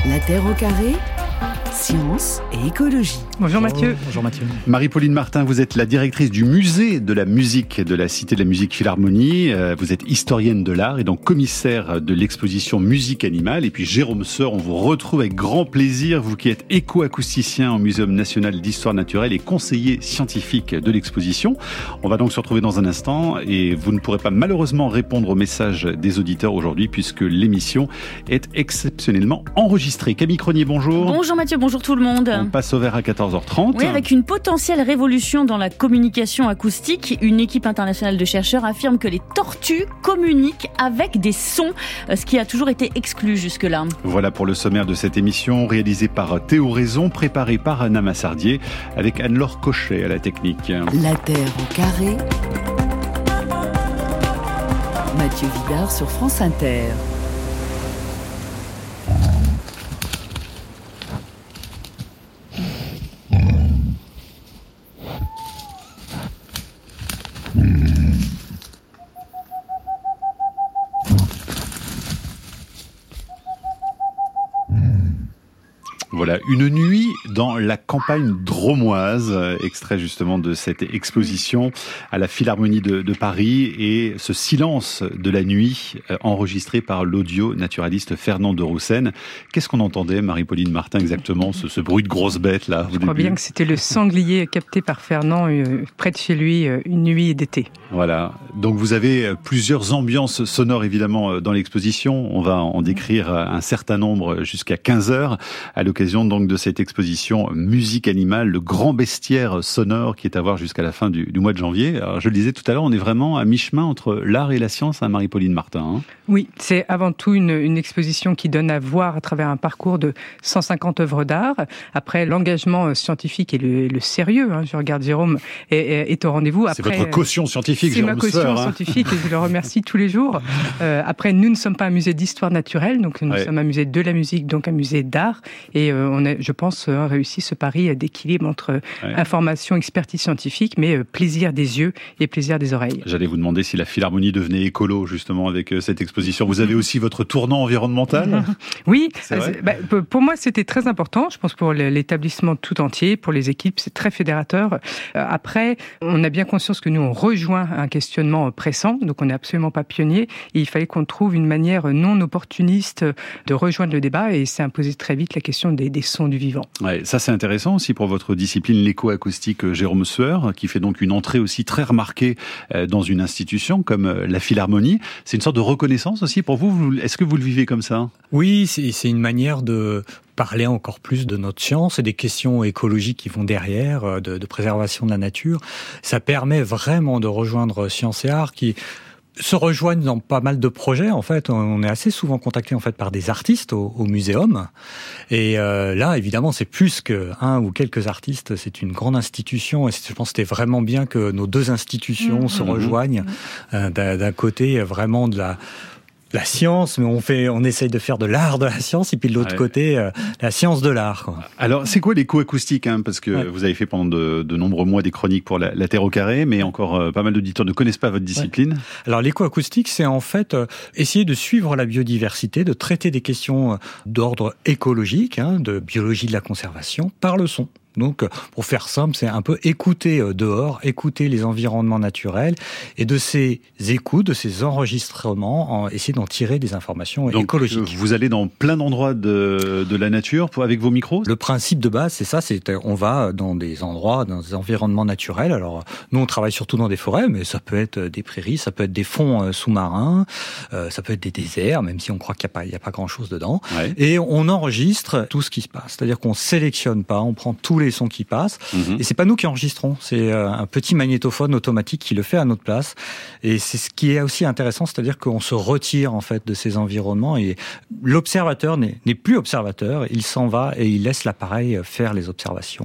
La Terre au carré, science et écologie. Bonjour Mathieu. Bonjour Mathieu. Marie-Pauline Martin, vous êtes la directrice du musée de la musique de la Cité de la Musique Philharmonie. Vous êtes historienne de l'art et donc commissaire de l'exposition Musique Animale. Et puis Jérôme Soeur, on vous retrouve avec grand plaisir, vous qui êtes éco-acousticien au Muséum National d'Histoire Naturelle et conseiller scientifique de l'exposition. On va donc se retrouver dans un instant et vous ne pourrez pas malheureusement répondre aux messages des auditeurs aujourd'hui puisque l'émission est exceptionnellement enregistrée. Camille Cronier, bonjour. Bonjour Mathieu, bonjour tout le monde. On passe au vert à 14h30. Oui, avec une potentielle révolution dans la communication acoustique, une équipe internationale de chercheurs affirme que les tortues communiquent avec des sons, ce qui a toujours été exclu jusque-là. Voilà pour le sommaire de cette émission, réalisée par Théo Raison, préparée par Anna Massardier, avec Anne-Laure Cochet à la technique. La Terre au carré. Mathieu Vidard sur France Inter. Voilà, une nuit dans la campagne drômoise, extrait justement de cette exposition à la Philharmonie de Paris, et ce silence de la nuit enregistré par l'audio-naturaliste Fernand de Roussen. Qu'est-ce qu'on entendait, Marie-Pauline Martin, exactement, ce bruit de grosse bête là? Je crois bien que c'était le sanglier capté par Fernand près de chez lui une nuit d'été. Voilà, donc vous avez plusieurs ambiances sonores évidemment dans l'exposition. On va en décrire un certain nombre jusqu'à 15h à l'occasion donc de cette exposition Musique Animale, le grand bestiaire sonore qui est à voir jusqu'à la fin du mois de janvier. Alors, je le disais tout à l'heure, on est vraiment à mi-chemin entre l'art et la science, hein, Marie-Pauline Martin. Oui, c'est avant tout une exposition qui donne à voir à travers un parcours de 150 œuvres d'art. Après, l'engagement scientifique et le sérieux, je regarde Jérôme, est au rendez-vous. C'est votre caution scientifique, Jérôme Soeur. C'est ma caution scientifique et je le remercie tous les jours. Après, nous ne sommes pas un musée d'histoire naturelle, donc nous sommes un musée de la musique, donc un musée d'art. Et on a, je pense, réussi ce pari d'équilibre entre information, expertise scientifique, mais plaisir des yeux et plaisir des oreilles. J'allais vous demander si la Philharmonie devenait écolo, justement, avec cette exposition. Vous avez aussi votre tournant environnemental? Oui, pour moi, c'était très important. Je pense pour l'établissement tout entier, pour les équipes, c'est très fédérateur. Après, on a bien conscience que nous, on rejoint un questionnement pressant, donc on n'est absolument pas pionnier. Et il fallait qu'on trouve une manière non opportuniste de rejoindre le débat, et s'est imposé très vite la question des sons du vivant. Ouais, ça c'est intéressant aussi pour votre discipline, l'éco-acoustique, Jérôme Soeur, qui fait donc une entrée aussi très remarquée dans une institution comme la Philharmonie. C'est une sorte de reconnaissance aussi pour vous. Est-ce que vous le vivez comme ça? Oui, c'est une manière de parler encore plus de notre science et des questions écologiques qui vont derrière, de préservation de la nature. Ça permet vraiment de rejoindre science et art qui se rejoignent dans pas mal de projets. En fait, on est assez souvent contacté en fait par des artistes au muséum. Et là, évidemment, c'est plus qu'un ou quelques artistes. C'est une grande institution. Et je pense que c'était vraiment bien que nos deux institutions se rejoignent. D'un côté, vraiment de la science, mais on essaye de faire de l'art de la science, et puis de l'autre côté, la science de l'art, quoi. Alors, c'est quoi l'éco-acoustique, parce que vous avez fait pendant de nombreux mois des chroniques pour la Terre au carré, mais encore pas mal d'auditeurs ne connaissent pas votre discipline. Ouais. Alors, l'éco-acoustique, c'est en fait essayer de suivre la biodiversité, de traiter des questions d'ordre écologique, de biologie de la conservation, par le son. Donc, pour faire simple, c'est un peu écouter dehors, écouter les environnements naturels, et de ces écoutes, de ces enregistrements, essayer d'en tirer des informations écologiques. Vous allez dans plein d'endroits de la nature avec vos micros? Le principe de base, c'est ça, on va dans des endroits, dans des environnements naturels. Alors, nous, on travaille surtout dans des forêts, mais ça peut être des prairies, ça peut être des fonds sous-marins, ça peut être des déserts, même si on croit qu'il n'y a pas grand-chose dedans. Ouais. Et on enregistre tout ce qui se passe. C'est-à-dire qu'on sélectionne pas, on prend tous les sons qui passent, et c'est pas nous qui enregistrons, c'est un petit magnétophone automatique qui le fait à notre place, et c'est ce qui est aussi intéressant, c'est-à-dire qu'on se retire en fait de ces environnements, et l'observateur n'est plus observateur, il s'en va et il laisse l'appareil faire les observations.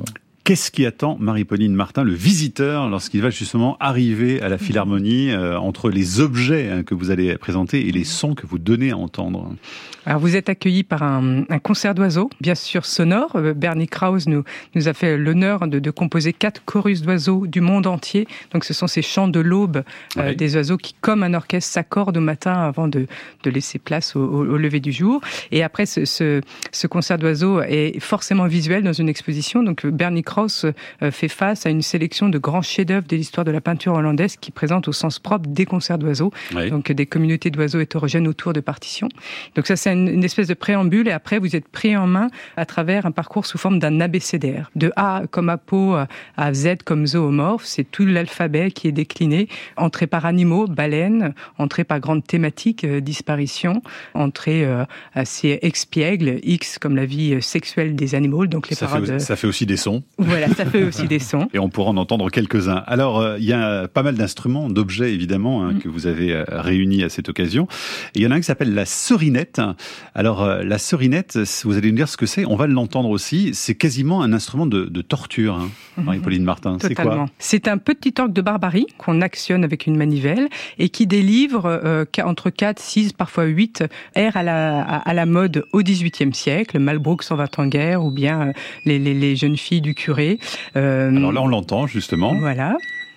Qu'est-ce qui attend Marie-Pauline Martin, le visiteur, lorsqu'il va justement arriver à la Philharmonie, entre les objets que vous allez présenter et les sons que vous donnez à entendre? Alors vous êtes accueillis par un concert d'oiseaux, bien sûr sonore. Bernie Krause nous a fait l'honneur de composer 4 chorus d'oiseaux du monde entier. Donc ce sont ces chants de l'aube des oiseaux qui, comme un orchestre, s'accordent au matin avant de laisser place au lever du jour. Et après, ce concert d'oiseaux est forcément visuel dans une exposition. Donc Bernie Krause fait face à une sélection de grands chefs-d'œuvre de l'histoire de la peinture hollandaise qui présente au sens propre des concerts d'oiseaux. Donc des communautés d'oiseaux hétérogènes autour de partitions. Donc ça, c'est une espèce de préambule, et après vous êtes pris en main à travers un parcours sous forme d'un abécédaire. De A comme apo à Z comme zoomorphe, c'est tout l'alphabet qui est décliné. Entrée par animaux, baleines, entrée par grandes thématiques, disparition, entrée assez expiègle, X comme la vie sexuelle des animaux, donc les paroles. Ça fait aussi des sons. Voilà, ça fait aussi des sons. Et on pourra en entendre quelques-uns. Alors, il y a pas mal d'instruments, d'objets évidemment, que vous avez réunis à cette occasion. Et il y en a un qui s'appelle la serinette. Alors, la serinette, vous allez nous dire ce que c'est. On va l'entendre aussi. C'est quasiment un instrument de torture, Marie-Pauline Martin. Totalement. C'est quoi? C'est un petit orgue de barbarie qu'on actionne avec une manivelle et qui délivre entre 4, 6, parfois 8 airs à la mode au XVIIIe siècle. Malbrook s'en va en guerre, ou bien les jeunes filles du curé. Alors là, on l'entend justement. Voilà.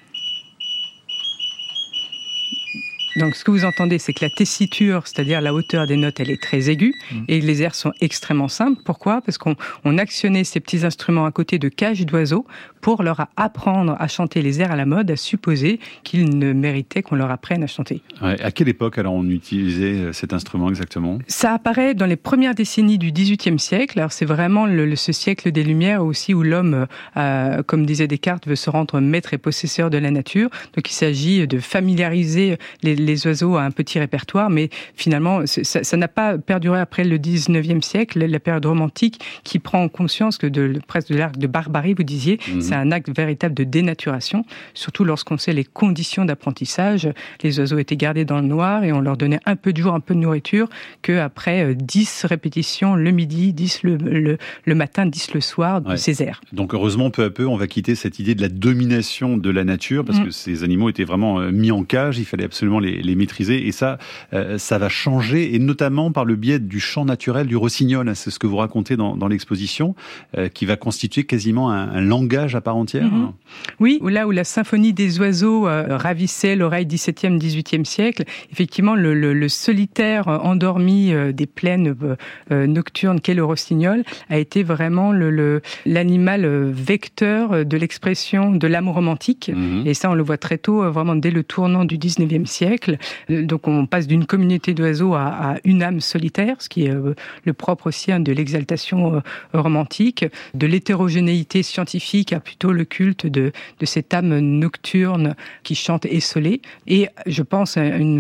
Donc, ce que vous entendez, c'est que la tessiture, c'est-à-dire la hauteur des notes, elle est très aiguë, et les airs sont extrêmement simples. Pourquoi ? Parce qu'on actionnait ces petits instruments à côté de cages d'oiseaux pour leur apprendre à chanter les airs à la mode, à supposer qu'ils ne méritaient qu'on leur apprenne à chanter. Ouais, à quelle époque, alors, on utilisait cet instrument exactement ? Ça apparaît dans les premières décennies du XVIIIe siècle. Alors, c'est vraiment ce siècle des Lumières aussi où l'homme, comme disait Descartes, veut se rendre maître et possesseur de la nature. Donc, il s'agit de familiariser les oiseaux à un petit répertoire, mais finalement, ça n'a pas perduré après le 19e siècle, la période romantique, qui prend conscience que presque de l'acte de barbarie, vous disiez, c'est un acte véritable de dénaturation, surtout lorsqu'on sait les conditions d'apprentissage. Les oiseaux étaient gardés dans le noir et on leur donnait un peu de jour, un peu de nourriture, qu'après 10 répétitions le midi, 10 le matin, 10 le soir, de ces airs. Donc heureusement, peu à peu, on va quitter cette idée de la domination de la nature, parce que ces animaux étaient vraiment mis en cage, il fallait absolument les maîtriser, et ça va changer, et notamment par le biais du chant naturel du rossignol. C'est ce que vous racontez dans l'exposition, qui va constituer quasiment un langage à part entière. Oui, là où la symphonie des oiseaux ravissait l'oreille 17e, 18e siècle, effectivement, le solitaire endormi des plaines nocturnes qu'est le rossignol a été vraiment l'animal vecteur de l'expression de l'âme romantique. Et ça, on le voit très tôt, vraiment dès le tournant du 19e siècle. Donc on passe d'une communauté d'oiseaux à une âme solitaire, ce qui est le propre aussi de l'exaltation romantique, de l'hétérogénéité scientifique à plutôt le culte de cette âme nocturne qui chante essolée. Et je pense à un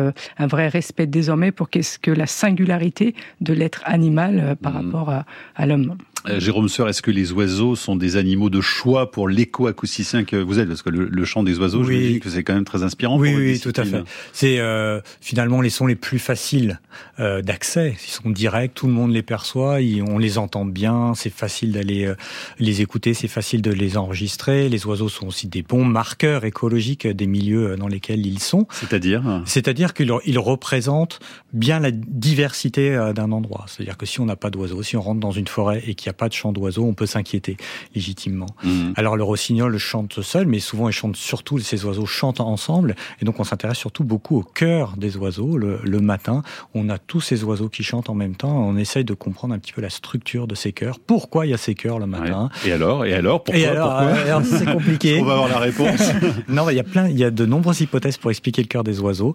vrai respect désormais pour qu'est-ce que la singularité de l'être animal par rapport à l'homme. Jérôme Soeur, est-ce que les oiseaux sont des animaux de choix pour l'éco-acousticien que vous êtes ? Parce que le chant des oiseaux, je me dis que c'est quand même très inspirant. Oui, tout à fait. C'est finalement les sons les plus faciles d'accès. Ils sont directs, tout le monde les perçoit, on les entend bien, c'est facile d'aller les écouter, c'est facile de les enregistrer. Les oiseaux sont aussi des bons marqueurs écologiques des milieux dans lesquels ils sont. C'est-à-dire qu'ils représentent bien la diversité d'un endroit. C'est-à-dire que si on n'a pas d'oiseaux, si on rentre dans une forêt et qu'il n'y a pas de chant d'oiseaux, on peut s'inquiéter légitimement. Alors le rossignol chante seul, mais souvent ces oiseaux chantent ensemble, et donc on s'intéresse surtout beaucoup au cœur des oiseaux. Le matin, on a tous ces oiseaux qui chantent en même temps, on essaye de comprendre un petit peu la structure de ces chœurs. Pourquoi il y a ces chœurs le matin ? Et alors pourquoi c'est compliqué. On va avoir la réponse. Non, il y a de nombreuses hypothèses pour expliquer le chœur des oiseaux,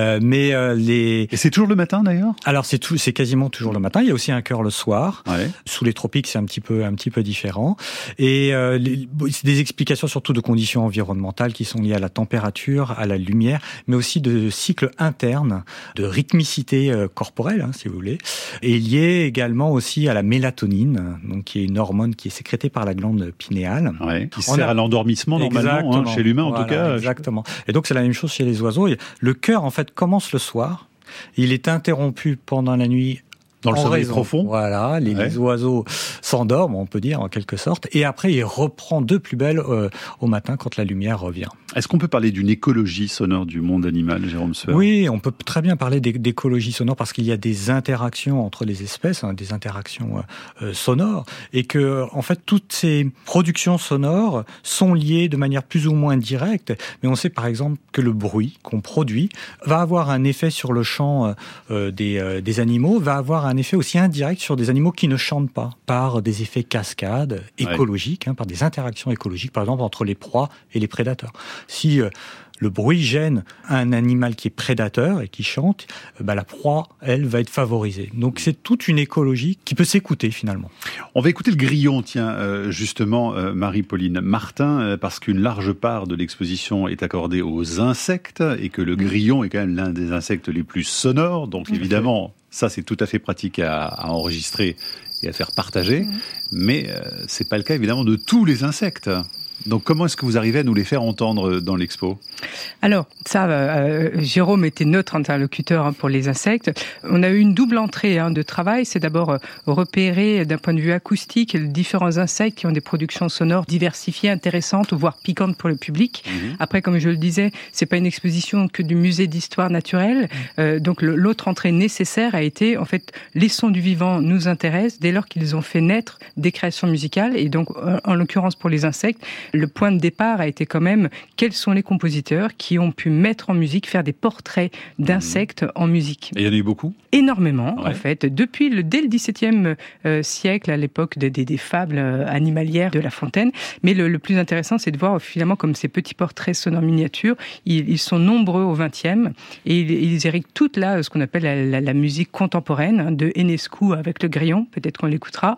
Et c'est toujours le matin d'ailleurs ? Alors c'est quasiment toujours le matin. Il y a aussi un chœur le soir. Sous les tropiques, c'est un petit peu différent. Et c'est des explications surtout de conditions environnementales qui sont liées à la température, à la lumière, mais aussi de cycles internes, de rythmicité corporelle, si vous voulez, et lié également aussi à la mélatonine, donc qui est une hormone qui est sécrétée par la glande pinéale. Qui sert à l'endormissement normalement, chez l'humain en tout cas. Exactement. Et donc c'est la même chose chez les oiseaux. Le chœur en fait commence le soir, il est interrompu pendant la nuit Dans le sommeil profond. Voilà, les oiseaux s'endorment, on peut dire, en quelque sorte. Et après, il reprend de plus belle au matin quand la lumière revient. Est-ce qu'on peut parler d'une écologie sonore du monde animal, Jérôme Sueur ? Oui, on peut très bien parler d'écologie sonore parce qu'il y a des interactions entre les espèces, des interactions sonores, et que, en fait, toutes ces productions sonores sont liées de manière plus ou moins directe. Mais on sait, par exemple, que le bruit qu'on produit va avoir un effet sur le chant des animaux, va avoir un effet aussi indirect sur des animaux qui ne chantent pas, par des effets cascades écologiques, par des interactions écologiques, par exemple, entre les proies et les prédateurs. Si le bruit gêne un animal qui est prédateur et qui chante, la proie, elle, va être favorisée. Donc c'est toute une écologie qui peut s'écouter finalement. On va écouter le grillon, justement, Marie-Pauline Martin, parce qu'une large part de l'exposition est accordée aux insectes et que le grillon est quand même l'un des insectes les plus sonores. Donc évidemment, ça c'est tout à fait pratique à enregistrer et à faire partager. Mais c'est pas le cas évidemment de tous les insectes. Donc comment est-ce que vous arrivez à nous les faire entendre dans l'expo ? Alors, ça, Jérôme était notre interlocuteur pour les insectes. On a eu une double entrée de travail. C'est d'abord repérer d'un point de vue acoustique les différents insectes qui ont des productions sonores diversifiées, intéressantes, voire piquantes pour le public. Après, comme je le disais, c'est pas une exposition que du musée d'histoire naturelle. Donc l'autre entrée nécessaire a été, en fait, les sons du vivant nous intéressent dès lors qu'ils ont fait naître des créations musicales. Et donc, en l'occurrence pour les insectes, le point de départ a été quand même quels sont les compositeurs qui ont pu mettre en musique, faire des portraits d'insectes en musique. Et il y en a eu beaucoup ? Énormément, en fait. Dès le XVIIe siècle, à l'époque des fables animalières de La Fontaine. Mais le plus intéressant, c'est de voir finalement comme ces petits portraits sonores miniatures, ils sont nombreux au XXe et ils irriguent toute ce qu'on appelle la musique contemporaine, de Enescu avec le grillon, peut-être qu'on l'écoutera,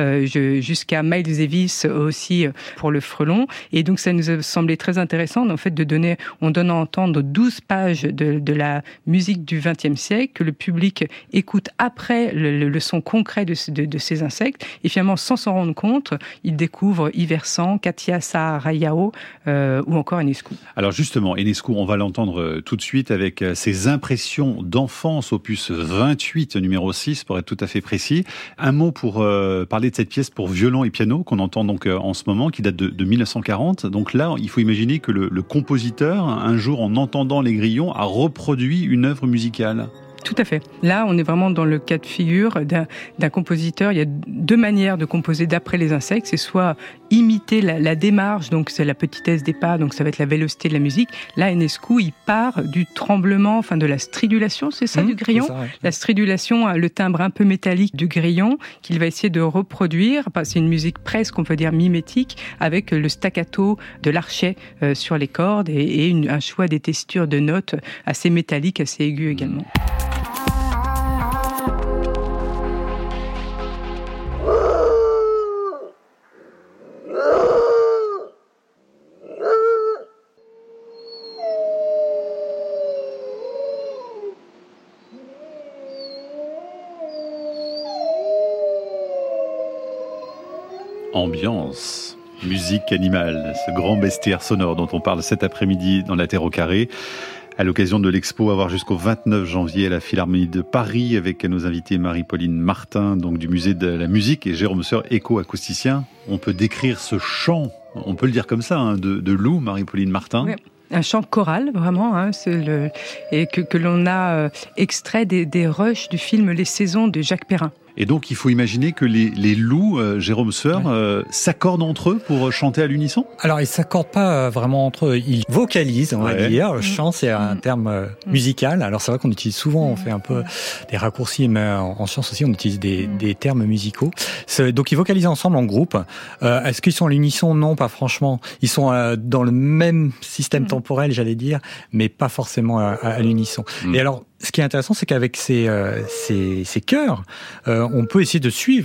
jusqu'à Miles Davis aussi pour le frelon. Et donc ça nous a semblé très intéressant en fait on donne à entendre 12 pages de la musique du XXe siècle que le public écoute après le son concret de ces insectes et finalement sans s'en rendre compte, il découvre Iversan, Katia Saarayao ou encore Enescu. Alors justement, Enescu, on va l'entendre tout de suite avec ses impressions d'enfance, opus 28, numéro 6 pour être tout à fait précis. Un mot pour parler de cette pièce pour violon et piano qu'on entend donc en ce moment, qui date de 1940. Donc là, il faut imaginer que le compositeur, un jour en entendant les grillons, a reproduit une œuvre musicale. Tout à fait. Là, on est vraiment dans le cas de figure d'un compositeur. Il y a deux manières de composer d'après les insectes. C'est soit imiter la démarche, donc c'est la petitesse des pas, donc ça va être la vélocité de la musique. Là, Enescu, il part du tremblement, de la stridulation, c'est ça, du grillon ? Ça, ouais. La stridulation, le timbre un peu métallique du grillon, qu'il va essayer de reproduire. C'est une musique presque, on peut dire, mimétique, avec le staccato de l'archet sur les cordes et un choix des textures de notes assez métalliques, assez aiguës également. Ambiance, musique animale, ce grand bestiaire sonore dont on parle cet après-midi dans la Terre au carré, à l'occasion de l'expo à voir jusqu'au 29 janvier à la Philharmonie de Paris avec nos invités Marie-Pauline Martin, donc du musée de la musique, et Jérôme Sueur, éco-acousticien. On peut décrire ce chant, on peut le dire comme ça, de loup, Marie-Pauline Martin. Oui. Un chant choral, vraiment, et que l'on a extrait des rushs du film Les Saisons de Jacques Perrin. Et donc, il faut imaginer que les loups, Jérôme Sueur, s'accordent entre eux pour chanter à l'unisson ? Alors, ils s'accordent pas vraiment entre eux. Ils vocalisent, on va dire. Le chant, c'est un terme musical. Alors, c'est vrai qu'on utilise souvent, on fait un peu des raccourcis, mais en science aussi, on utilise des termes musicaux. Donc, ils vocalisent ensemble en groupe. Est-ce qu'ils sont à l'unisson ? Non, pas franchement. Ils sont dans le même système temporel, j'allais dire, mais pas forcément à l'unisson. Et alors, ce qui est intéressant, c'est qu'avec ces chœurs, on peut essayer de suivre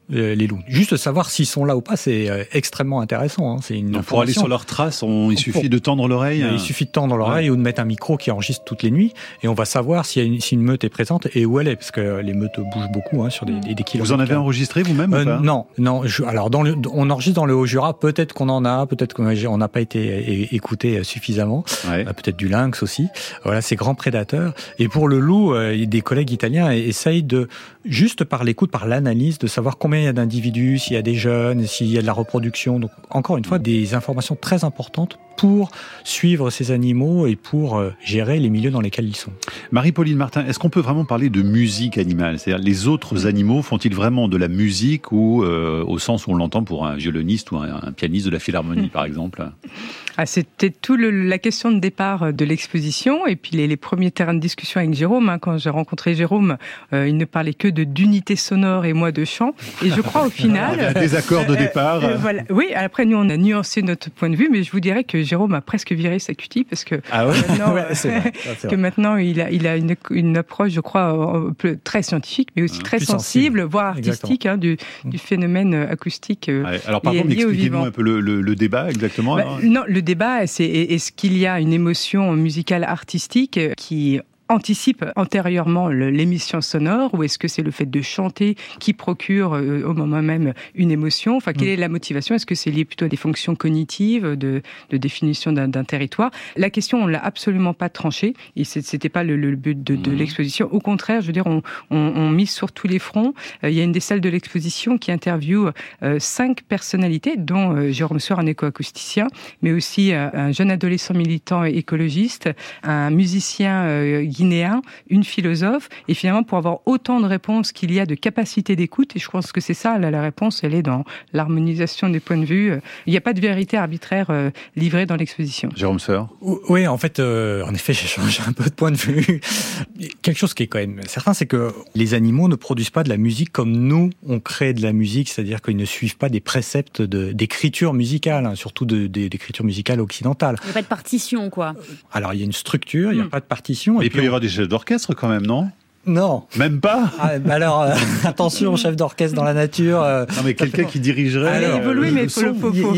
les loups. Juste savoir s'ils sont là ou pas, c'est extrêmement intéressant. Hein. C'est une Donc pour aller sur leurs traces, il suffit de tendre l'oreille. Il suffit de tendre l'oreille ou de mettre un micro qui enregistre toutes les nuits, et on va savoir si une meute est présente et où elle est, parce que les meutes bougent beaucoup hein, sur des kilomètres. Vous en avez enregistré vous-même ou pas? Non. Alors on enregistre dans le Haut-Jura. Peut-être qu'on en a, peut-être qu'on n'a pas été écouté suffisamment. Ouais. Peut-être du lynx aussi. Voilà, ces grands prédateurs. Et pour le loup, des collègues italiens essayent de, juste par l'écoute, par l'analyse, de savoir combien il y a d'individus, s'il y a des jeunes, s'il y a de la reproduction. Donc, encore une fois, des informations très importantes pour suivre ces animaux et pour gérer les milieux dans lesquels ils sont. Marie-Pauline Martin, est-ce qu'on peut vraiment parler de musique animale? C'est-à-dire, les autres animaux font-ils vraiment de la musique ou au sens où on l'entend pour un violoniste ou un pianiste de la Philharmonie, par exemple? C'était la question de départ de l'exposition et puis les premiers terrains de discussion avec Jérôme. Hein, quand j'ai rencontré Jérôme, il ne parlait que d'unité sonore et moi de chant. Et je crois au final... Il y avait un désaccord de départ. Voilà. Oui, après nous on a nuancé notre point de vue, mais je vous dirais que Jérôme a presque viré sa cutie parce que maintenant, que maintenant il a une approche, je crois, très scientifique, mais aussi très sensible, voire artistique du phénomène acoustique. Alors par contre, expliquez-nous un peu le débat exactement. Non, le débat, c'est est-ce qu'il y a une émotion musicale artistique qui anticipe antérieurement l'émission sonore, ou est-ce que c'est le fait de chanter qui procure au moment même une émotion? Enfin, quelle est la motivation? Est-ce que c'est lié plutôt à des fonctions cognitives de définition d'un territoire? La question, on l'a absolument pas tranchée, et c'était pas le but de l'exposition. Au contraire, je veux dire, on mise sur tous les fronts. Il y a une des salles de l'exposition qui interviewe 5 personnalités, dont Jérôme Soeur, un écoacousticien, mais aussi un jeune adolescent militant écologiste, un musicien guinéen, une philosophe, et finalement pour avoir autant de réponses qu'il y a de capacité d'écoute, et je pense que c'est ça, là, la réponse, elle est dans l'harmonisation des points de vue. Il n'y a pas de vérité arbitraire livrée dans l'exposition. Jérôme Soeur. Oui, en fait, en effet, j'ai changé un peu de point de vue. Quelque chose qui est quand même certain, c'est que les animaux ne produisent pas de la musique comme nous, on crée de la musique, c'est-à-dire qu'ils ne suivent pas des préceptes d'écriture musicale, hein, surtout d'écriture musicale occidentale. Il n'y a pas de partition, quoi. Alors, il y a une structure, il n'y a pas de partition. Et puis, il y aura des chefs d'orchestre quand même, non? Non. Même pas? Alors, attention, chef d'orchestre dans la nature. Non, mais quelqu'un qui dirigerait... Allez, évoluer, mais il faut...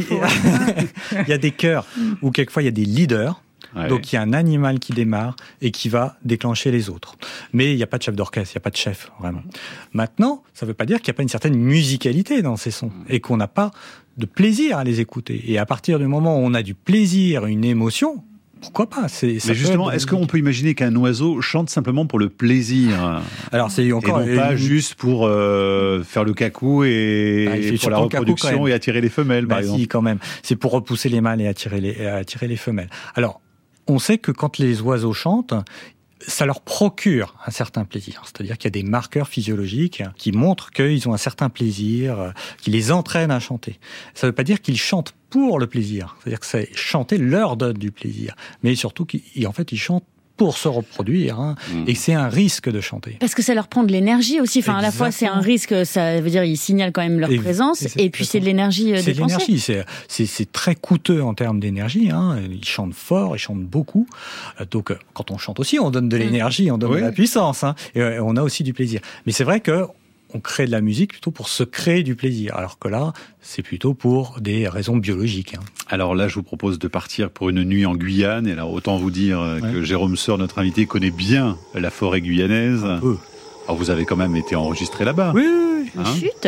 Il y a des chœurs où quelquefois il y a des leaders. Ouais. Donc il y a un animal qui démarre et qui va déclencher les autres. Mais il n'y a pas de chef d'orchestre, il n'y a pas de chef, vraiment. Maintenant, ça ne veut pas dire qu'il n'y a pas une certaine musicalité dans ces sons et qu'on n'a pas de plaisir à les écouter. Et à partir du moment où on a du plaisir, une émotion... Pourquoi pas? Mais justement, est-ce qu'on peut imaginer qu'un oiseau chante simplement pour le plaisir? Alors c'est encore et non pas juste pour faire le cacou et pour la reproduction et attirer les femelles, par exemple. Si, quand même. C'est pour repousser les mâles et attirer les femelles. Alors, on sait que quand les oiseaux chantent, ça leur procure un certain plaisir. C'est-à-dire qu'il y a des marqueurs physiologiques qui montrent qu'ils ont un certain plaisir, qui les entraînent à chanter. Ça ne veut pas dire qu'ils chantent pour le plaisir. C'est-à-dire que chanter leur donne du plaisir. Mais surtout qu'en fait, ils chantent pour se reproduire, hein, et c'est un risque de chanter. Parce que ça leur prend de l'énergie aussi. Enfin, à la fois, c'est un risque, ça veut dire ils signalent quand même leur présence, et puis c'est de l'énergie dépensée. C'est de l'énergie, c'est très coûteux en termes d'énergie. Hein. Ils chantent fort, ils chantent beaucoup. Donc, quand on chante aussi, on donne de l'énergie, on donne de la puissance, hein, et on a aussi du plaisir. Mais c'est vrai que on crée de la musique plutôt pour se créer du plaisir, alors que là, c'est plutôt pour des raisons biologiques. Hein. Alors là, je vous propose de partir pour une nuit en Guyane. Et alors, autant vous dire que Jérôme Soeur, notre invité, connaît bien la forêt guyanaise. Alors, vous avez quand même été enregistré là-bas. Oui. Hein? Chut.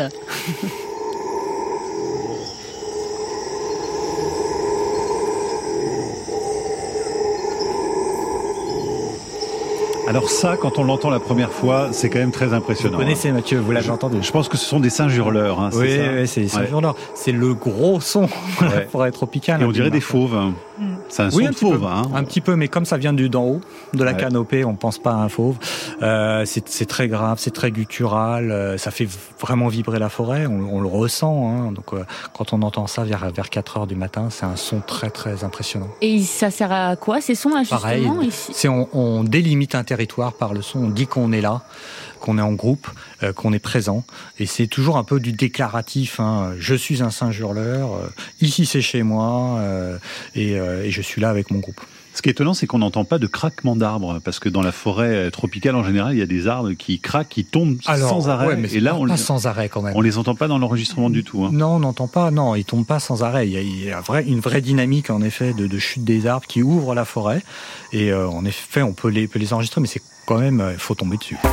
Alors ça, quand on l'entend la première fois, c'est quand même très impressionnant. Vous connaissez, Mathieu, vous l'avez entendu. Je pense que ce sont des singes hurleurs. Hein, oui, c'est des singes hurleurs. C'est le gros son de la forêt tropicale. Et on dirait des fauves. C'est un son de fauve. Hein. Un petit peu, mais comme ça vient d'en haut, de la canopée, on pense pas à un fauve. C'est très grave, c'est très guttural. Ça fait vraiment vibrer la forêt. On le ressent. Hein. Donc, quand on entend ça vers 4 heures du matin, c'est un son très, très impressionnant. Et ça sert à quoi, ces sons-là, justement? Pareil, on délimite un territoire par le son. On dit qu'on est là, qu'on est en groupe, qu'on est présent. Et c'est toujours un peu du déclaratif. Hein. Je suis un singe hurleur. Ici, c'est chez moi. Et je suis là avec mon groupe. Ce qui est étonnant, c'est qu'on n'entend pas de craquement d'arbres, parce que dans la forêt tropicale, en général, il y a des arbres qui craquent, qui tombent sans arrêt. Ouais, mais et là, pas sans arrêt quand même. On les entend pas dans l'enregistrement du tout. Hein. Non, on n'entend pas. Non, ils tombent pas sans arrêt. Il y a une vraie dynamique en effet de chute des arbres qui ouvre la forêt. Et en effet, on peut les enregistrer, mais c'est quand même, il faut tomber dessus.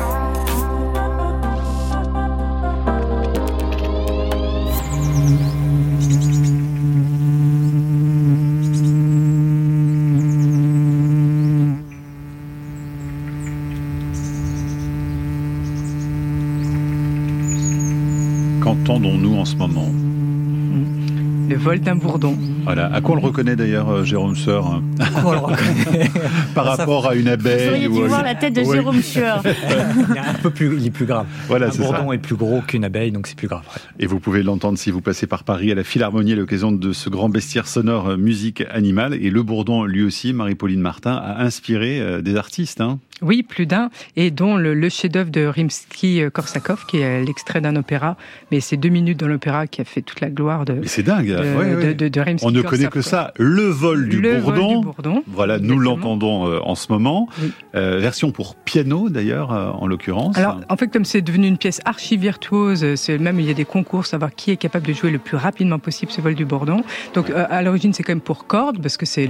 Qu'entendons-nous en ce moment ? Le vol d'un bourdon. Voilà. À quoi on le reconnaît d'ailleurs, Jérôme Sueur On le reconnaît. Par rapport à une abeille. Vous auriez dû voir la tête de Jérôme Sueur. Il est plus grave. Voilà, un bourdon est plus gros qu'une abeille, donc c'est plus grave. Et vous pouvez l'entendre si vous passez par Paris à la Philharmonie à l'occasion de ce grand bestiaire sonore musique animale. Et le bourdon, lui aussi, Marie-Pauline Martin, a inspiré des artistes. Hein. Oui, plus d'un, et dont le chef-d'œuvre de Rimsky-Korsakov, qui est l'extrait d'un opéra, mais c'est 2 minutes dans l'opéra qui a fait toute la gloire de. Mais c'est dingue. De Rimsky-Korsakov. On ne connaît que ça, le vol du bourdon. Voilà, exactement. nous l'entendons en ce moment. Oui. Version pour piano d'ailleurs, en l'occurrence. Alors, en fait, comme c'est devenu une pièce archi-virtuose, il y a des concours, savoir qui est capable de jouer le plus rapidement possible ce vol du bourdon. Donc, à l'origine, c'est quand même pour cordes, parce que c'est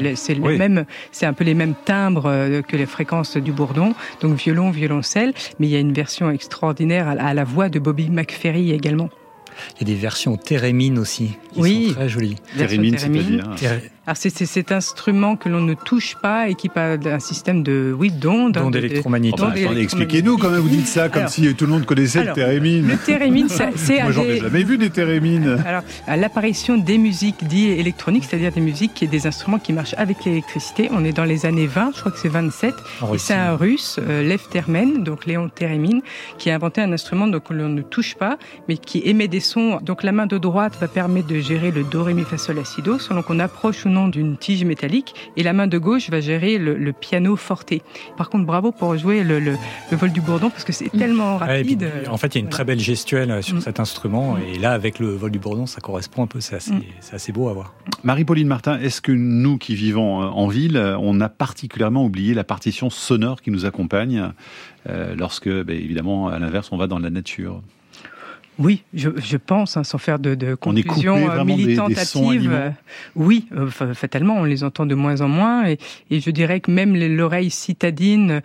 un peu les mêmes timbres que les fréquences du bourdon. Donc violon, violoncelle, mais il y a une version extraordinaire à la voix de Bobby McFerrin également. Il y a des versions thérémines aussi, qui sont très jolies. Thérémine, c'est-à-dire Alors c'est cet instrument que l'on ne touche pas et qui a un système d'ondes. D'ondes électromagnétiques. Expliquez-nous quand même, vous dites ça comme si tout le monde connaissait le thérémine. Le thérémine, c'est moi j'en ai jamais vu des thérémines. Alors, à l'apparition des musiques dites électroniques, c'est-à-dire des musiques et des instruments qui marchent avec l'électricité, on est dans les années 20, je crois que c'est 27, et c'est un Russe, Lev Termen, donc Léon Thérémine, qui a inventé un instrument que l'on ne touche pas, mais qui émet des sons. Donc la main de droite va permettre de gérer le do, ré, mi, fa, sol, la, si, do, selon qu'on approche ou non d'une tige métallique, et la main de gauche va gérer le piano forte. Par contre, bravo pour jouer le vol du bourdon, parce que c'est tellement rapide. Ouais, puis, en fait, il y a une très belle gestuelle sur cet instrument, et là, avec le vol du bourdon, ça correspond un peu, c'est assez beau à voir. Marie-Pauline Martin, est-ce que nous qui vivons en ville, on a particulièrement oublié la partition sonore qui nous accompagne lorsque, évidemment, à l'inverse, on va dans la nature ? Oui, je pense, sans faire de conclusion militante-active. Oui, fatalement, on les entend de moins en moins. Et je dirais que même l'oreille citadine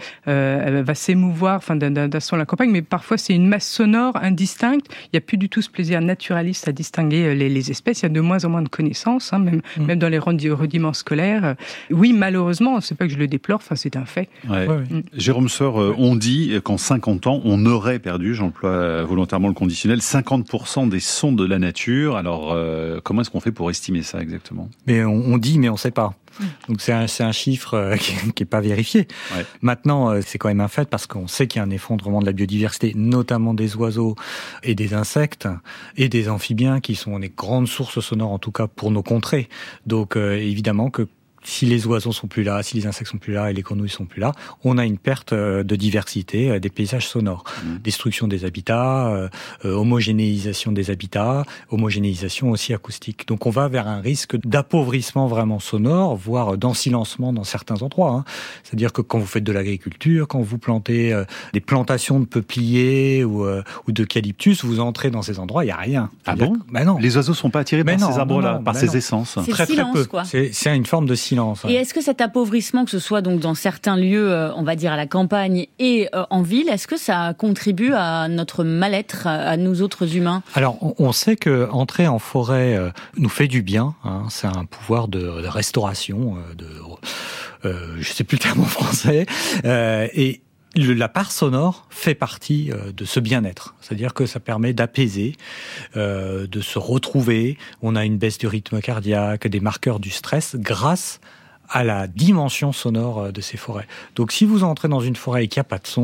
va s'émouvoir d'un son à la campagne, mais parfois c'est une masse sonore indistincte. Il n'y a plus du tout ce plaisir naturaliste à distinguer les espèces. Il y a de moins en moins de connaissances, même dans les rudiments scolaires. Oui, malheureusement, c'est pas que je le déplore, c'est un fait. Ouais. Jérôme Sueur, on dit qu'en 50 ans, on aurait perdu, j'emploie volontairement le conditionnel, 50% des sons de la nature. Alors, comment est-ce qu'on fait pour estimer ça exactement ? Mais on dit, mais on ne sait pas. Donc c'est un chiffre qui est pas vérifié. Ouais. Maintenant, c'est quand même un fait parce qu'on sait qu'il y a un effondrement de la biodiversité, notamment des oiseaux et des insectes et des amphibiens qui sont des grandes sources sonores, en tout cas pour nos contrées. Donc évidemment que si les oiseaux sont plus là, si les insectes sont plus là et les grenouilles sont plus là, on a une perte de diversité des paysages sonores. Destruction des habitats, homogénéisation des habitats, homogénéisation aussi acoustique. Donc on va vers un risque d'appauvrissement vraiment sonore, voire d'ensilencement dans certains endroits. C'est-à-dire que quand vous faites de l'agriculture, quand vous plantez des plantations de peupliers ou d'eucalyptus, vous entrez dans ces endroits, il n'y a rien. Ah bon ? Non. Les oiseaux ne sont pas attirés par ces arbres-là, par ces essences. C'est très, silence, très peu. Quoi. C'est une forme de silence. Et est-ce que cet appauvrissement, que ce soit donc dans certains lieux, on va dire à la campagne et en ville, est-ce que ça contribue à notre mal-être, à nous autres humains ? Alors, on sait que entrer en forêt nous fait du bien. C'est un pouvoir de restauration, je sais plus le terme en français, et la part sonore fait partie de ce bien-être. C'est-à-dire que ça permet d'apaiser, de se retrouver. On a une baisse du rythme cardiaque, des marqueurs du stress grâce à la dimension sonore de ces forêts. Donc si vous entrez dans une forêt et qu'il n'y a pas de son,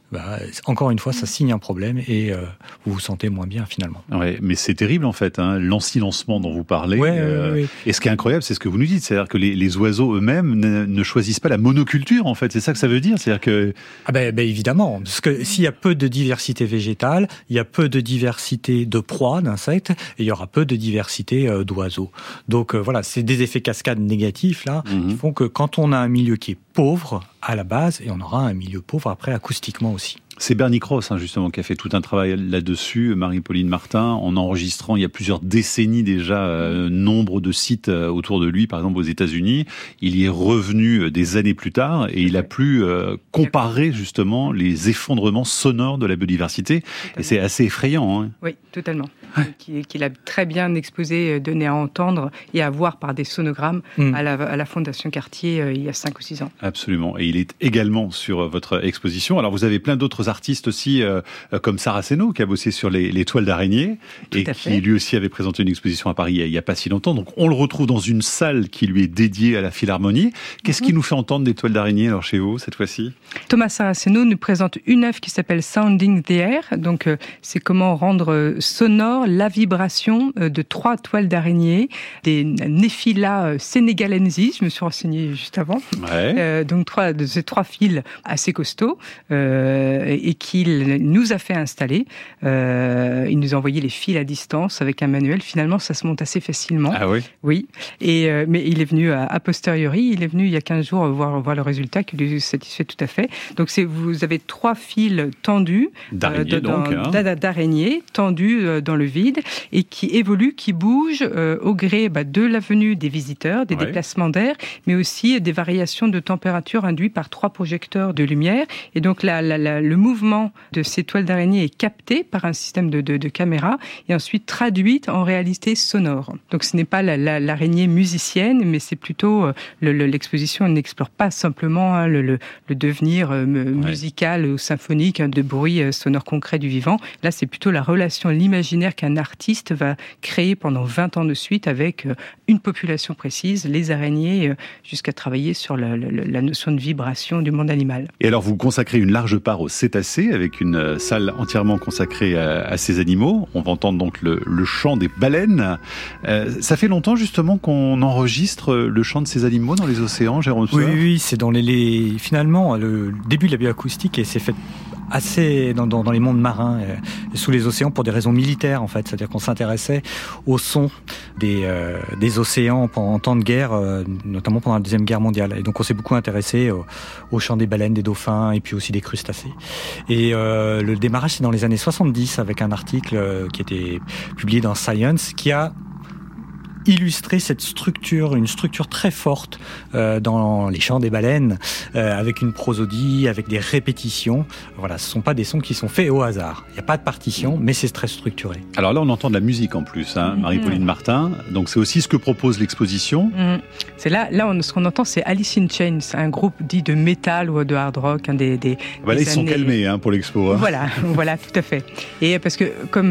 encore une fois, ça signe un problème et vous vous sentez moins bien finalement. Ouais, mais c'est terrible en fait, hein, l'ensilencement dont vous parlez. Oui. Et ce qui est incroyable, c'est ce que vous nous dites, c'est-à-dire que les oiseaux eux-mêmes ne choisissent pas la monoculture en fait. C'est ça que ça veut dire, c'est-à-dire que évidemment, parce que s'il y a peu de diversité végétale, il y a peu de diversité de proies, d'insectes, et il y aura peu de diversité d'oiseaux. Donc voilà, c'est des effets cascades négatifs là qui font que quand on a un milieu qui est pauvre à la base, et on aura un milieu pauvre après acoustiquement aussi. C'est Bernie Cross, justement, qui a fait tout un travail là-dessus, Marie-Pauline Martin, en enregistrant il y a plusieurs décennies déjà nombre de sites autour de lui, par exemple aux États-Unis. Il y est revenu des années plus tard et il a pu comparer justement les effondrements sonores de la biodiversité. Et c'est assez effrayant. Hein. Oui, totalement. Qu'il a très bien exposé, donné à entendre et à voir par des sonogrammes à la Fondation Cartier il y a 5 ou 6 ans. Absolument. Et il est également sur votre exposition. Alors vous avez plein d'autres artistes aussi, comme Saraceno, qui a bossé sur les toiles d'araignée et qui lui aussi avait présenté une exposition à Paris il n'y a pas si longtemps. Donc on le retrouve dans une salle qui lui est dédiée à la Philharmonie. Qu'est-ce qui nous fait entendre des toiles d'araignée alors chez vous cette fois-ci ? Thomas Saraceno nous présente une œuvre qui s'appelle Sounding the Air. Donc c'est comment rendre sonore la vibration de 3 toiles d'araignée, des Nephila senegalensis, je me suis renseignée juste avant. Ouais. Donc ces 3 fils assez costauds et qu'il nous a fait installer. Il nous a envoyé les fils à distance avec un manuel. Finalement, ça se monte assez facilement. Ah oui ? Oui. Mais il est venu a posteriori. Il est venu il y a 15 jours voir le résultat qui lui satisfait tout à fait. Donc vous avez 3 fils tendus d'araignées tendus dans le vide et qui évoluent, qui bougent au gré de la venue des visiteurs, des déplacements d'air, mais aussi des variations de température induites par 3 projecteurs de lumière. Et donc le mouvement de ces toiles d'araignée est capté par un système de caméra et ensuite traduite en réalité sonore. Donc ce n'est pas l'araignée musicienne, mais c'est plutôt l'exposition n'explore pas simplement le devenir musical ou symphonique de bruit sonore concret du vivant. Là, c'est plutôt la relation, l'imaginaire qu'un artiste va créer pendant 20 ans de suite avec une population précise, les araignées, jusqu'à travailler sur la notion de vibration du monde animal. Et alors, vous consacrez une large part aux cétacés avec une salle entièrement consacrée à ces animaux. On va entendre donc le chant des baleines. Ça fait longtemps justement qu'on enregistre le chant de ces animaux dans les océans, Jérôme Soeur ? Oui, c'est dans finalement le début de la bioacoustique et c'est fait assez dans les mondes marins et sous les océans pour des raisons militaires en fait, c'est-à-dire qu'on s'intéressait au son des océans en temps de guerre, notamment pendant la Deuxième Guerre mondiale. Et donc on s'est beaucoup intéressé au chant des baleines, des dauphins et puis aussi des crustacés. Et le démarrage c'est dans les années 70 avec un article qui était publié dans Science qui a illustrer cette structure, une structure très forte dans les chants des baleines, avec une prosodie, avec des répétitions. Voilà, ce ne sont pas des sons qui sont faits au hasard. Il n'y a pas de partition, mais c'est très structuré. Alors là, on entend de la musique en plus, Marie-Pauline Martin. Donc c'est aussi ce que propose l'exposition. C'est là ce qu'on entend, c'est Alice in Chains, un groupe dit de métal ou de hard rock. Ils sont calmés pour l'expo. Voilà, tout à fait. Et parce que comme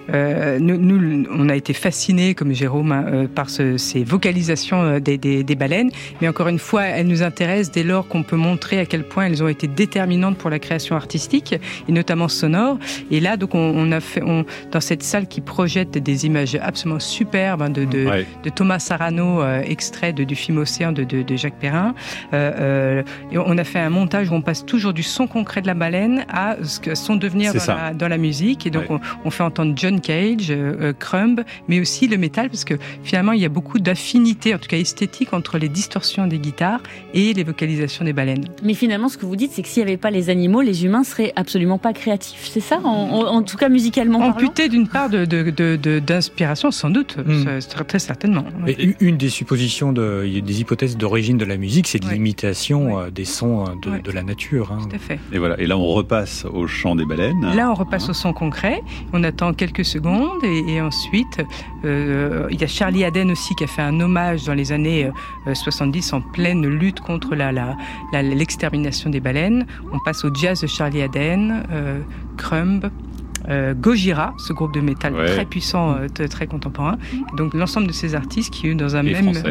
nous, on a été fascinés, comme Jérôme, par ces vocalisations des baleines, mais encore une fois, elles nous intéressent dès lors qu'on peut montrer à quel point elles ont été déterminantes pour la création artistique, et notamment sonore. Et là, donc, on a fait, dans cette salle qui projette des images absolument superbes de Thomas Saraceno, extrait du film Océan de Jacques Perrin. Et on a fait un montage où on passe toujours du son concret de la baleine à son devenir dans la musique. Et donc, on fait entendre John Cage, Crumb, mais aussi le métal, parce que finalement, il y a beaucoup d'affinité, en tout cas esthétique, entre les distorsions des guitares et les vocalisations des baleines. Mais finalement, ce que vous dites, c'est que s'il n'y avait pas les animaux, les humains seraient absolument pas créatifs. C'est ça, en tout cas musicalement parlant ? Amputés d'une part d'inspiration, sans doute, très certainement. Et une des suppositions, des hypothèses d'origine de la musique, c'est de l'imitation des sons de la nature. Tout à fait. Et voilà. Et là, on repasse au chant des baleines. Là, on repasse au son concret. On attend quelques secondes et ensuite, il y a Charlie Haden aussi qui a fait un hommage dans les années 70 en pleine lutte contre l'extermination des baleines. On passe au jazz de Charlie Haden, Crumb, Gojira, ce groupe de métal très puissant, très contemporain. Donc l'ensemble de ces artistes qui, dans un même...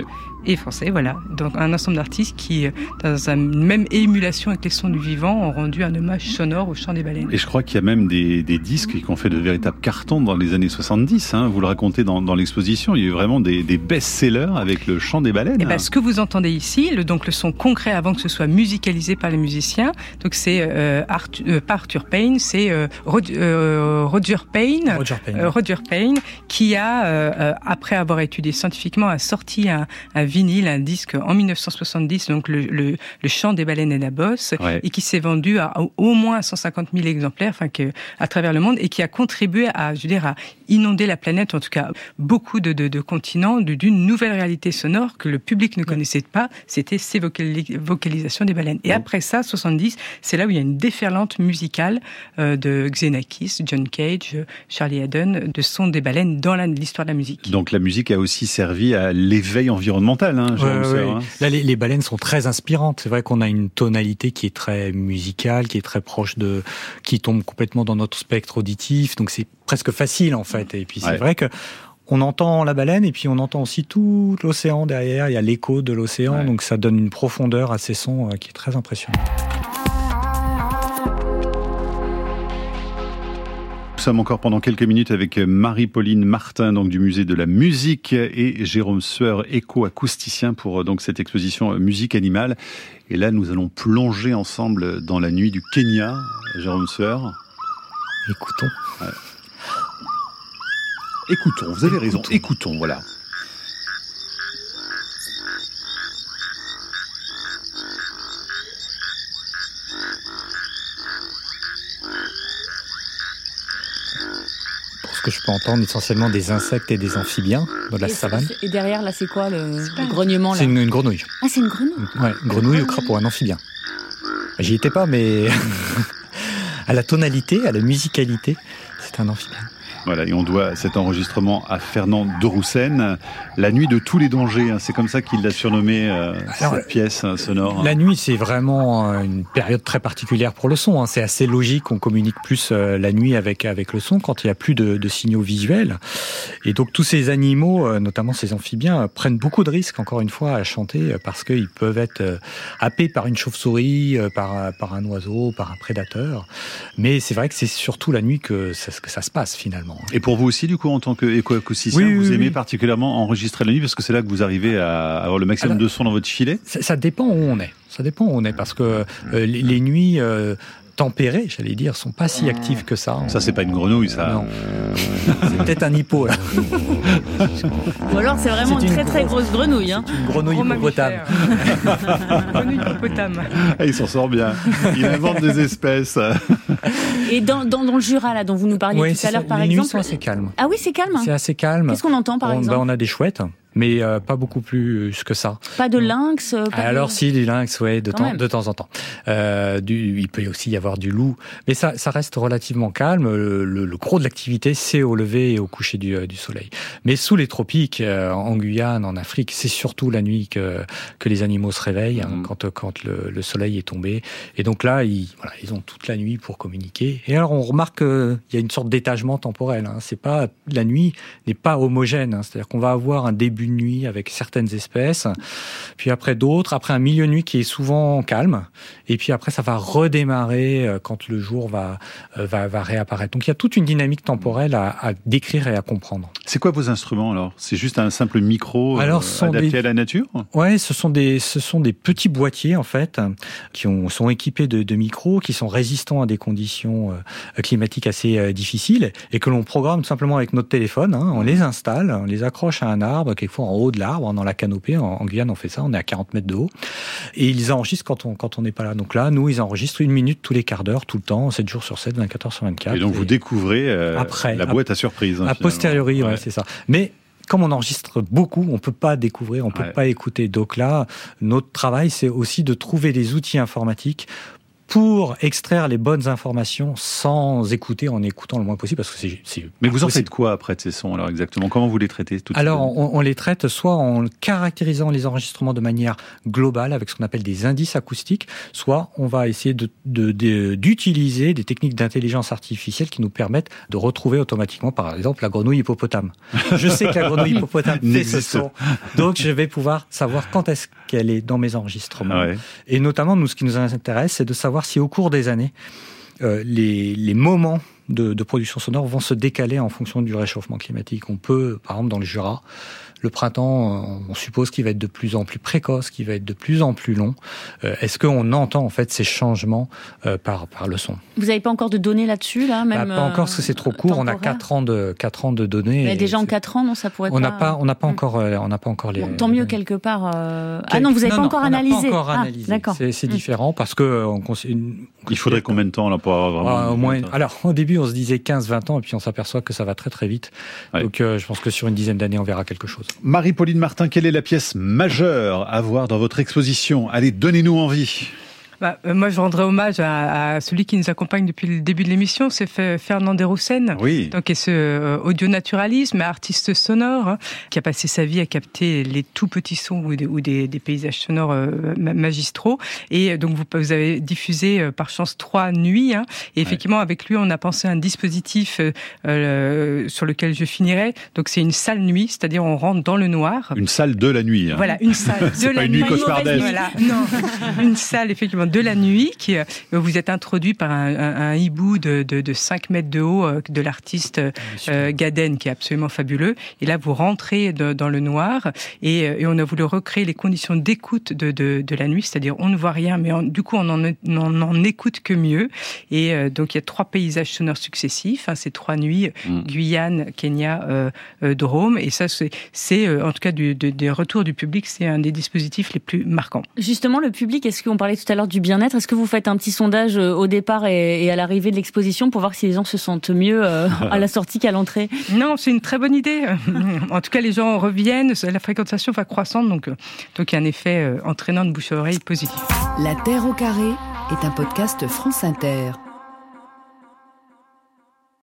et français, voilà. Donc un ensemble d'artistes qui, dans une même émulation avec les sons du vivant, ont rendu un hommage sonore au chant des baleines. Et je crois qu'il y a même des disques qui ont fait de véritables cartons dans les années 70. Vous le racontez dans l'exposition, il y a eu vraiment des best-sellers avec le chant des baleines. Et ce que vous entendez ici, donc le son concret avant que ce soit musicalisé par les musiciens, donc c'est pas Arthur Payne, c'est Roger Payne, qui a, après avoir étudié scientifiquement, a sorti un vinyle, un disque en 1970, donc le chant des baleines et la bosse, et qui s'est vendu à au moins 150 000 exemplaires, à travers le monde, et qui a contribué à inonder la planète, en tout cas beaucoup de continents, d'une nouvelle réalité sonore que le public ne connaissait pas, c'était ces vocalisations des baleines. Et après ça, 70, c'est là où il y a une déferlante musicale de Xenakis, John Cage, Charlie Haddon, de sons des baleines dans l'histoire de la musique. Donc la musique a aussi servi à l'éveil environnemental, Jérôme Soeur. Là, les baleines sont très inspirantes. C'est vrai qu'on a une tonalité qui est très musicale, qui est très proche qui tombe complètement dans notre spectre auditif. Donc c'est presque facile en fait. Et puis c'est vrai que on entend la baleine et puis on entend aussi tout l'océan derrière. Il y a l'écho de l'océan, donc ça donne une profondeur à ces sons qui est très impressionnante. Nous sommes encore pendant quelques minutes avec Marie-Pauline Martin, donc du musée de la musique, et Jérôme Soeur, éco-acousticien pour donc cette exposition Musique animale. Et là, nous allons plonger ensemble dans la nuit du Kenya. Jérôme Soeur. Écoutons. Écoutons, vous avez raison. Écoutons, voilà. Pour ce que je peux entendre, essentiellement des insectes et des amphibiens dans la savane. Et derrière, là, c'est quoi le grognement là ? C'est une grenouille. Ah, c'est une grenouille ? Ouais, une grenouille ou crapaud, un amphibien. J'y étais pas, mais à la tonalité, à la musicalité, c'est un amphibien. Voilà, et on doit cet enregistrement à Fernand de Roussen, La nuit de tous les dangers, c'est comme ça qu'il l'a surnommé, cette pièce sonore. La nuit, c'est vraiment une période très particulière pour le son. C'est assez logique, on communique plus la nuit avec le son quand il n'y a plus de signaux visuels. Et donc tous ces animaux, notamment ces amphibiens, prennent beaucoup de risques, encore une fois, à chanter, parce qu'ils peuvent être happés par une chauve-souris, par un oiseau, par un prédateur. Mais c'est vrai que c'est surtout la nuit que ça se passe, finalement. Et pour vous aussi, du coup, en tant qu'éco-acousticien, vous aimez particulièrement enregistrer la nuit parce que c'est là que vous arrivez à avoir le maximum de son dans votre filet ? Ça dépend où on est. Ça dépend où on est parce que les nuits tempérées, j'allais dire, sont pas si actives que ça. Ça, c'est pas une grenouille, ça. Non. C'est peut-être un hippo, là. Ou alors, c'est vraiment une très grosse grenouille. C'est une grenouille hippopotame. Grenouille hippopotame. Il s'en sort bien. Il invente des espèces. Et dans le Jura, là, dont vous nous parliez tout à l'heure, par exemple. Les nuits sont assez calmes. Ah oui, c'est calme. C'est assez calme. Qu'est-ce qu'on entend, par exemple ? On a des chouettes. Mais pas beaucoup plus que ça. Pas de lynx Si, les lynx, de temps en temps. Il peut aussi y avoir du loup. Mais ça reste relativement calme. Le gros de l'activité, c'est au lever et au coucher du soleil. Mais sous les tropiques, en Guyane, en Afrique, c'est surtout la nuit que les animaux se réveillent, quand le soleil est tombé. Et donc là, ils ont toute la nuit pour communiquer. Et alors, on remarque qu'il y a une sorte d'étagement temporel. La nuit n'est pas homogène. C'est-à-dire qu'on va avoir un début de nuit avec certaines espèces, puis après d'autres, après un milieu de nuit qui est souvent calme, et puis après ça va redémarrer quand le jour va réapparaître. Donc il y a toute une dynamique temporelle à décrire et à comprendre. C'est quoi vos instruments alors ? C'est juste un simple micro adapté à la nature ? Ouais, ce sont des petits boîtiers en fait qui sont équipés de micros qui sont résistants à des conditions climatiques assez difficiles et que l'on programme tout simplement avec notre téléphone. On les installe, on les accroche à un arbre, quelquefois en haut de l'arbre, dans la canopée. En Guyane, on fait ça, on est à 40 mètres de haut. Et ils enregistrent quand on n'est pas là. Donc là, nous, ils enregistrent 1 minute tous les quarts d'heure, tout le temps, 7 jours sur 7, 24 heures sur 24. Et donc vous découvrez la boîte à surprise. A posteriori, c'est ça. Mais comme on enregistre beaucoup, on peut pas découvrir, on peut pas écouter. Donc là, notre travail, c'est aussi de trouver des outils informatiques pour extraire les bonnes informations sans écouter, en écoutant le moins possible, parce que c'est Mais vous en impossible. faites quoi après de ces sons, alors exactement? Comment vous les traitez? Alors, on les traite soit en caractérisant les enregistrements de manière globale, avec ce qu'on appelle des indices acoustiques, soit on va essayer d'utiliser des techniques d'intelligence artificielle qui nous permettent de retrouver automatiquement, par exemple, la grenouille hippopotame. Je sais que la grenouille hippopotame fait ce son, donc je vais pouvoir savoir quand est-ce qu'elle est dans mes enregistrements. Ouais. Et notamment, nous, ce qui nous intéresse, c'est de savoir si au cours des années, les moments de production sonore vont se décaler en fonction du réchauffement climatique. On peut, par exemple, dans le Jura, le printemps, on suppose qu'il va être de plus en plus précoce, qu'il va être de plus en plus long. Est-ce qu'on entend en fait ces changements par le son? Vous n'avez pas encore de données là-dessus, là, même Pas encore, parce que c'est trop court. temporaire. On a 4 ans de données. Mais déjà en 4 ans, non, ça pourrait on pas... n'a pas encore les... Bon, tant mieux quelque part. Ah non, vous n'avez pas encore analysé. On n'a pas encore analysé. D'accord. C'est différent parce que Il faudrait combien de temps là pour avoir vraiment... au moins. Alors au début, on se disait 15-20 ans, et puis on s'aperçoit que ça va très très vite. Ouais. Donc je pense que sur une dizaine d'années, on verra quelque chose. Marie-Pauline Martin, quelle est la pièce majeure à voir dans votre exposition? Allez, donnez-nous envie. Moi, je rendrais hommage à celui qui nous accompagne depuis le début de l'émission, c'est Fernand Desroussen, Oui. donc, qui est ce audionaturalisme, artiste sonore, hein, qui a passé sa vie à capter les tout petits sons ou des paysages sonores magistraux. Et donc, vous avez diffusé par chance 3 nuits. Hein, et effectivement, avec lui, on a pensé à un dispositif sur lequel je finirai. Donc, c'est une salle nuit, c'est-à-dire on rentre dans le noir. Une salle de la nuit. Hein. Voilà, une salle de la pas une nuit. nuit cauchemardesque. Voilà, non, une salle effectivement de la nuit qui vous êtes introduit par un hibou de 5 mètres de haut de l'artiste Gaden, qui est absolument fabuleux. Et là, vous rentrez dans le noir et on a voulu recréer les conditions d'écoute de la nuit, c'est-à-dire on ne voit rien, mais du coup on n'en écoute que mieux. Et donc il y a 3 paysages sonores successifs, hein, ces 3 nuits, Guyane, Kenya, Drôme. Et ça, c'est en tout cas des retours du public, c'est un des dispositifs les plus marquants. Justement, le public, est-ce qu'on parlait tout à l'heure du bien-être, est-ce que vous faites un petit sondage au départ et à l'arrivée de l'exposition pour voir si les gens se sentent mieux à la sortie qu'à l'entrée? Non, c'est une très bonne idée. En tout cas, les gens reviennent, la fréquentation va croissante, donc il y a un effet entraînant de bouche à oreille positif. La Terre au carré est un podcast France Inter.